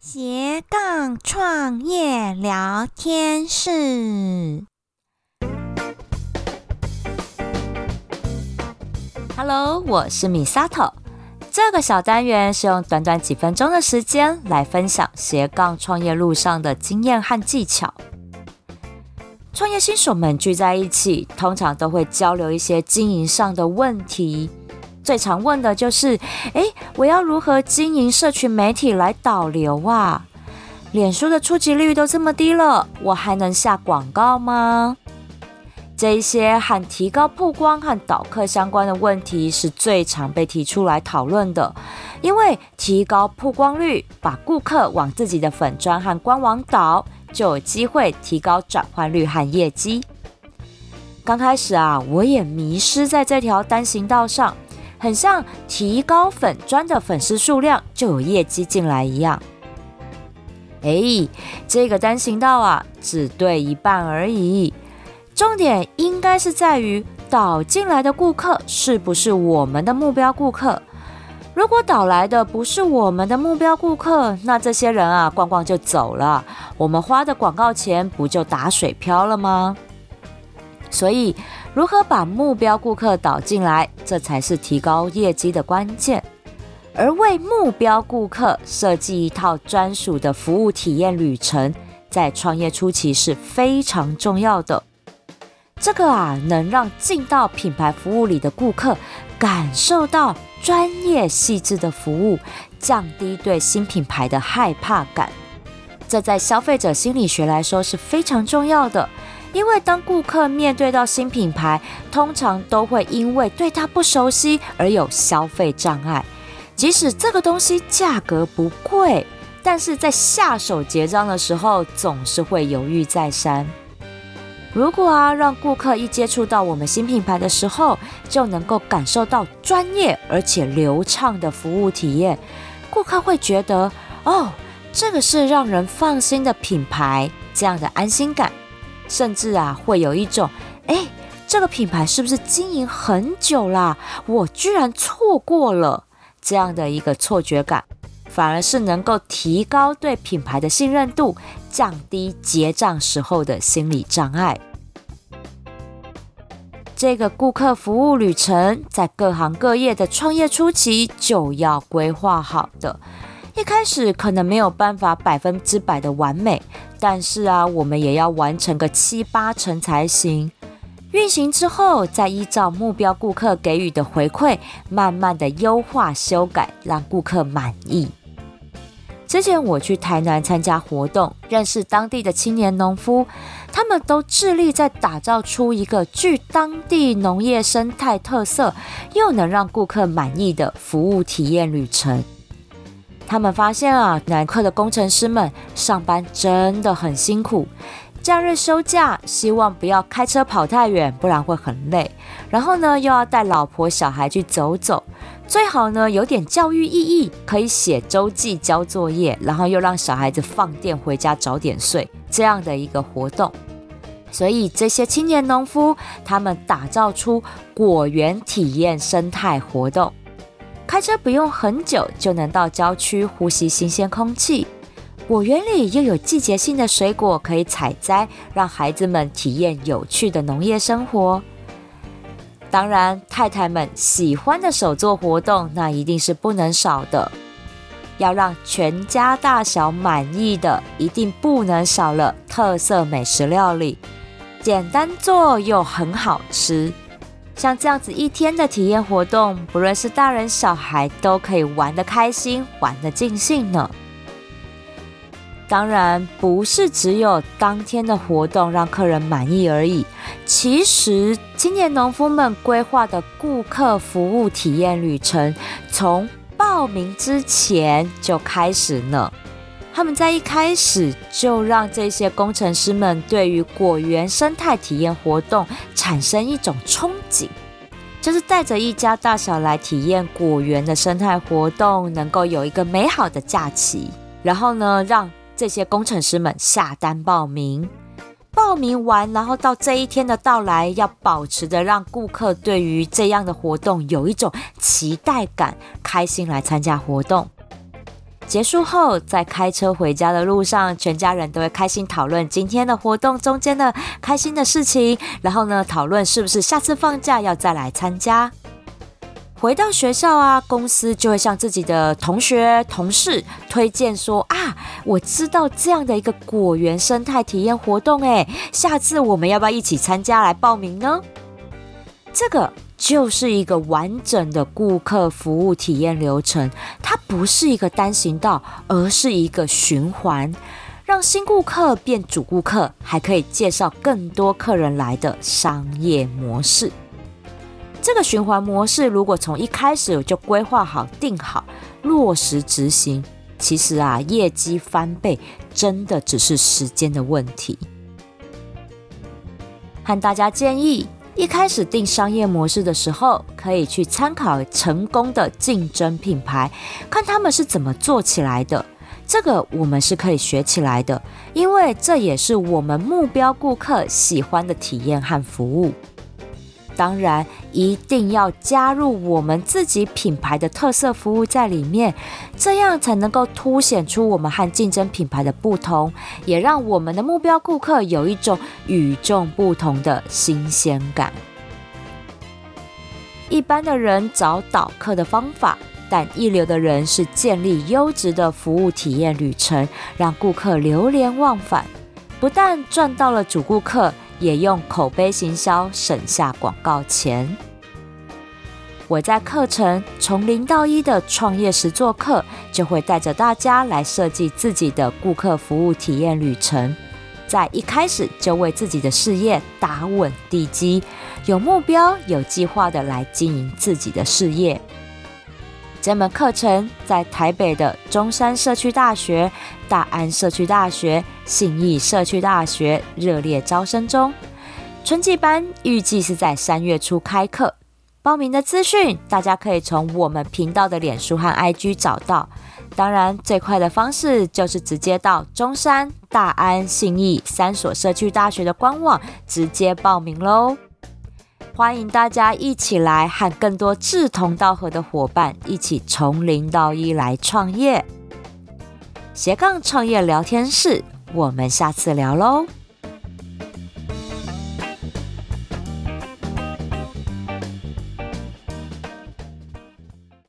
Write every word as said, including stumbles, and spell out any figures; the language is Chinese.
斜杠创业聊天室。Hello， 我是米萨头。这个小单元是用短短几分钟的时间来分享斜杠创业路上的经验和技巧。创业新手们聚在一起，通常都会交流一些经营上的问题。最常问的就是诶，我要如何经营社群媒体来导流啊？脸书的触及率都这么低了，我还能下广告吗？这一些和提高曝光和导客相关的问题是最常被提出来讨论的，因为提高曝光率，把顾客往自己的粉专和官网导，就有机会提高转换率和业绩。刚开始啊，我也迷失在这条单行道上，很像提高粉专的粉丝数量就有业绩进来一样。诶，这个单行道啊，只对一半而已。重点应该是在于导进来的顾客是不是我们的目标顾客。如果导来的不是我们的目标顾客，那这些人啊逛逛就走了，我们花的广告钱不就打水漂了吗？所以如何把目标顾客导进来，这才是提高业绩的关键。而为目标顾客设计一套专属的服务体验旅程，在创业初期是非常重要的。这个啊，能让进到品牌服务里的顾客感受到专业细致的服务，降低对新品牌的害怕感。这在消费者心理学来说是非常重要的，因为当顾客面对到新品牌，通常都会因为对它不熟悉而有消费障碍。即使这个东西价格不贵，但是在下手结账的时候，总是会犹豫再三。如果啊，让顾客一接触到我们新品牌的时候，就能够感受到专业而且流畅的服务体验，顾客会觉得，哦，这个是让人放心的品牌，这样的安心感。甚至啊，会有一种，诶，这个品牌是不是经营很久啦？我居然错过了，这样的一个错觉感，反而是能够提高对品牌的信任度，降低结账时候的心理障碍。这个顾客服务旅程在各行各业的创业初期就要规划好的。一开始可能没有办法百分之百的完美，但是啊，我们也要完成个七八成才行。运行之后，再依照目标顾客给予的回馈，慢慢的优化修改，让顾客满意。之前我去台南参加活动，认识当地的青年农夫，他们都致力在打造出一个具当地农业生态特色，又能让顾客满意的服务体验旅程。他们发现啊，南科的工程师们上班真的很辛苦，假日休假希望不要开车跑太远，不然会很累。然后呢，又要带老婆小孩去走走，最好呢有点教育意义，可以写周记交作业，然后又让小孩子放电回家早点睡，这样的一个活动。所以这些青年农夫，他们打造出果园体验生态活动，开车不用很久就能到郊区呼吸新鲜空气。果园里又有季节性的水果可以采摘，让孩子们体验有趣的农业生活。当然，太太们喜欢的手作活动，那一定是不能少的。要让全家大小满意的，一定不能少了特色美食料理，简单做又很好吃。像这样子一天的体验活动，不论是大人小孩都可以玩得开心，玩得尽兴呢。当然不是只有当天的活动让客人满意而已，其实青年农夫们规划的顾客服务体验旅程，从报名之前就开始呢。他们在一开始就让这些工程师们对于果园生态体验活动产生一种憧憬，就是带着一家大小来体验果园的生态活动，能够有一个美好的假期。然后呢，让这些工程师们下单报名，报名完，然后到这一天的到来，要保持着让顾客对于这样的活动有一种期待感，开心来参加活动。 结束后，在开车回家的路上，全家人都会开心讨论今天的活动中间的开心的事情，然后呢，讨论是不是下次放假要再来参加。回到学校啊，公司就会向自己的同学、同事推荐说啊，我知道这样的一个果园生态体验活动，哎，下次我们要不要一起参加来报名呢？这个就是一个完整的顾客服务体验流程，它不是一个单行道，而是一个循环，让新顾客变主顾客，还可以介绍更多客人来的商业模式。这个循环模式如果从一开始就规划好、定好、落实执行，其实啊，业绩翻倍真的只是时间的问题。和大家建议，一开始定商业模式的时候，可以去参考成功的竞争品牌，看他们是怎么做起来的。这个我们是可以学起来的，因为这也是我们目标顾客喜欢的体验和服务。当然，一定要加入我们自己品牌的特色服务在里面，这样才能够凸显出我们和竞争品牌的不同，也让我们的目标顾客有一种与众不同的新鲜感。一般的人找导客的方法，但一流的人是建立优质的服务体验旅程，让顾客流连忘返，不但赚到了主顾客，也用口碑行销省下广告钱。我在课程从零到一的创业实作课，就会带着大家来设计自己的顾客服务体验旅程，在一开始就为自己的事业打稳地基，有目标、有计划的来经营自己的事业。这门课程在台北的中山社区大学、大安社区大学、信义社区大学热烈招生中，春季班预计是在三月初开课。报名的资讯大家可以从我们频道的脸书和 I G 找到，当然最快的方式就是直接到中山、大安、信义三所社区大学的官网直接报名咯。欢迎大家一起来和更多志同道合的伙伴一起从零到一来创业。斜杠创业聊天室，我们下次聊咯。